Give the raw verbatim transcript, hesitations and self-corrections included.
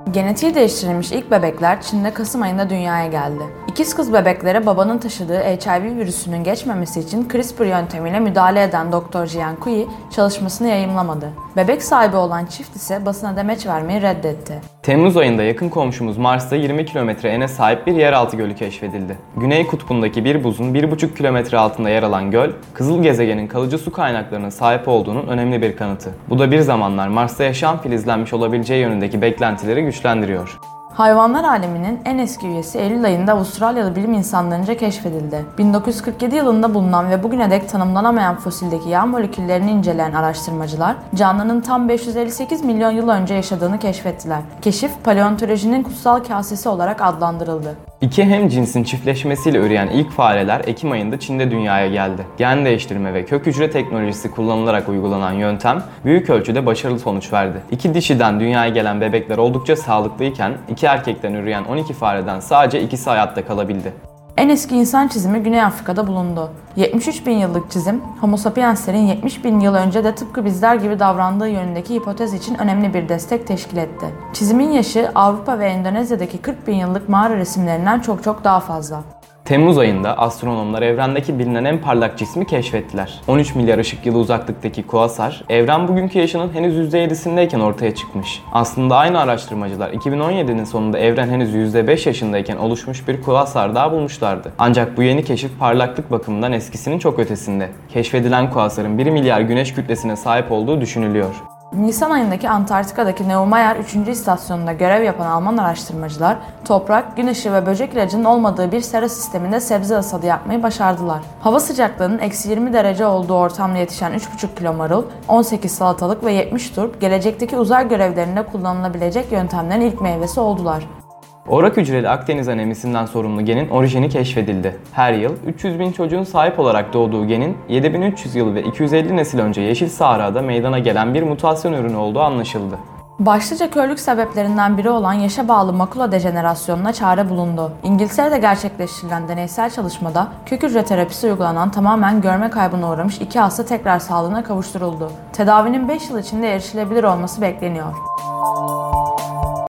Genetiği değiştirilmiş ilk bebekler Çin'de Kasım ayında dünyaya geldi. İkiz kız bebeklere babanın taşıdığı H I V virüsünün geçmemesi için CRISPR yöntemiyle müdahale eden Doktor Jian Kui çalışmasını yayımlamadı. Bebek sahibi olan çift ise basına demeç vermeyi reddetti. Temmuz ayında yakın komşumuz Mars'ta yirmi kilometre ene sahip bir yeraltı gölü keşfedildi. Güney kutbundaki bir buzun bir buçuk kilometre altında yer alan göl, kızıl gezegenin kalıcı su kaynaklarına sahip olduğunun önemli bir kanıtı. Bu da bir zamanlar Mars'ta yaşam filizlenmiş olabileceği yönündeki beklentileri güçlendiriyor. Hayvanlar aleminin en eski üyesi Eylül ayında Avustralyalı bilim insanlarınca keşfedildi. bin dokuz yüz kırk yedi yılında bulunan ve bugüne dek tanımlanamayan fosildeki yağ moleküllerini inceleyen araştırmacılar, canlının tam beş yüz elli sekiz milyon yıl önce yaşadığını keşfettiler. Keşif, paleontolojinin kutsal kasesi olarak adlandırıldı. İki hemcinsin çiftleşmesiyle üreyen ilk fareler Ekim ayında Çin'de dünyaya geldi. Gen değiştirme ve kök hücre teknolojisi kullanılarak uygulanan yöntem büyük ölçüde başarılı sonuç verdi. İki dişiden dünyaya gelen bebekler oldukça sağlıklıyken iki erkekten üreyen on iki fareden sadece ikisi hayatta kalabildi. En eski insan çizimi Güney Afrika'da bulundu. yetmiş üç bin yıllık çizim, Homo sapienslerin yetmiş bin yıl önce de tıpkı bizler gibi davrandığı yönündeki hipotez için önemli bir destek teşkil etti. Çizimin yaşı Avrupa ve Endonezya'daki kırk bin yıllık mağara resimlerinden çok çok daha fazla. Temmuz ayında astronomlar evrendeki bilinen en parlak cismi keşfettiler. on üç milyar ışık yılı uzaklıktaki kuasar, evren bugünkü yaşının henüz yüzde yedisindeyken ortaya çıkmış. Aslında aynı araştırmacılar iki bin on yedinin sonunda evren henüz yüzde beş yaşındayken oluşmuş bir kuasar daha bulmuşlardı. Ancak bu yeni keşif parlaklık bakımından eskisinin çok ötesinde. Keşfedilen kuasarın bir milyar güneş kütlesine sahip olduğu düşünülüyor. Nisan ayındaki Antarktika'daki Neumayer üçüncü istasyonunda görev yapan Alman araştırmacılar, toprak, gün ışığı ve böcek ilacının olmadığı bir sera sisteminde sebze hasadı yapmayı başardılar. Hava sıcaklığının eksi yirmi derece olduğu ortamda yetişen üç buçuk kilo marul, on sekiz salatalık ve yetmiş turp, gelecekteki uzay görevlerinde kullanılabilecek yöntemlerin ilk meyvesi oldular. Orak hücreli Akdeniz anemisinden sorumlu genin orijini keşfedildi. Her yıl üç yüz bin çocuğun sahip olarak doğduğu genin yedi bin üç yüz yıl ve iki yüz elli nesil önce Yeşil Sahra'da meydana gelen bir mutasyon ürünü olduğu anlaşıldı. Başlıca körlük sebeplerinden biri olan yaşa bağlı makula dejenerasyonuna çare bulundu. İngiltere'de gerçekleştirilen deneysel çalışmada kök hücre terapisi uygulanan tamamen görme kaybına uğramış iki hasta tekrar sağlığına kavuşturuldu. Tedavinin beş yıl içinde erişilebilir olması bekleniyor.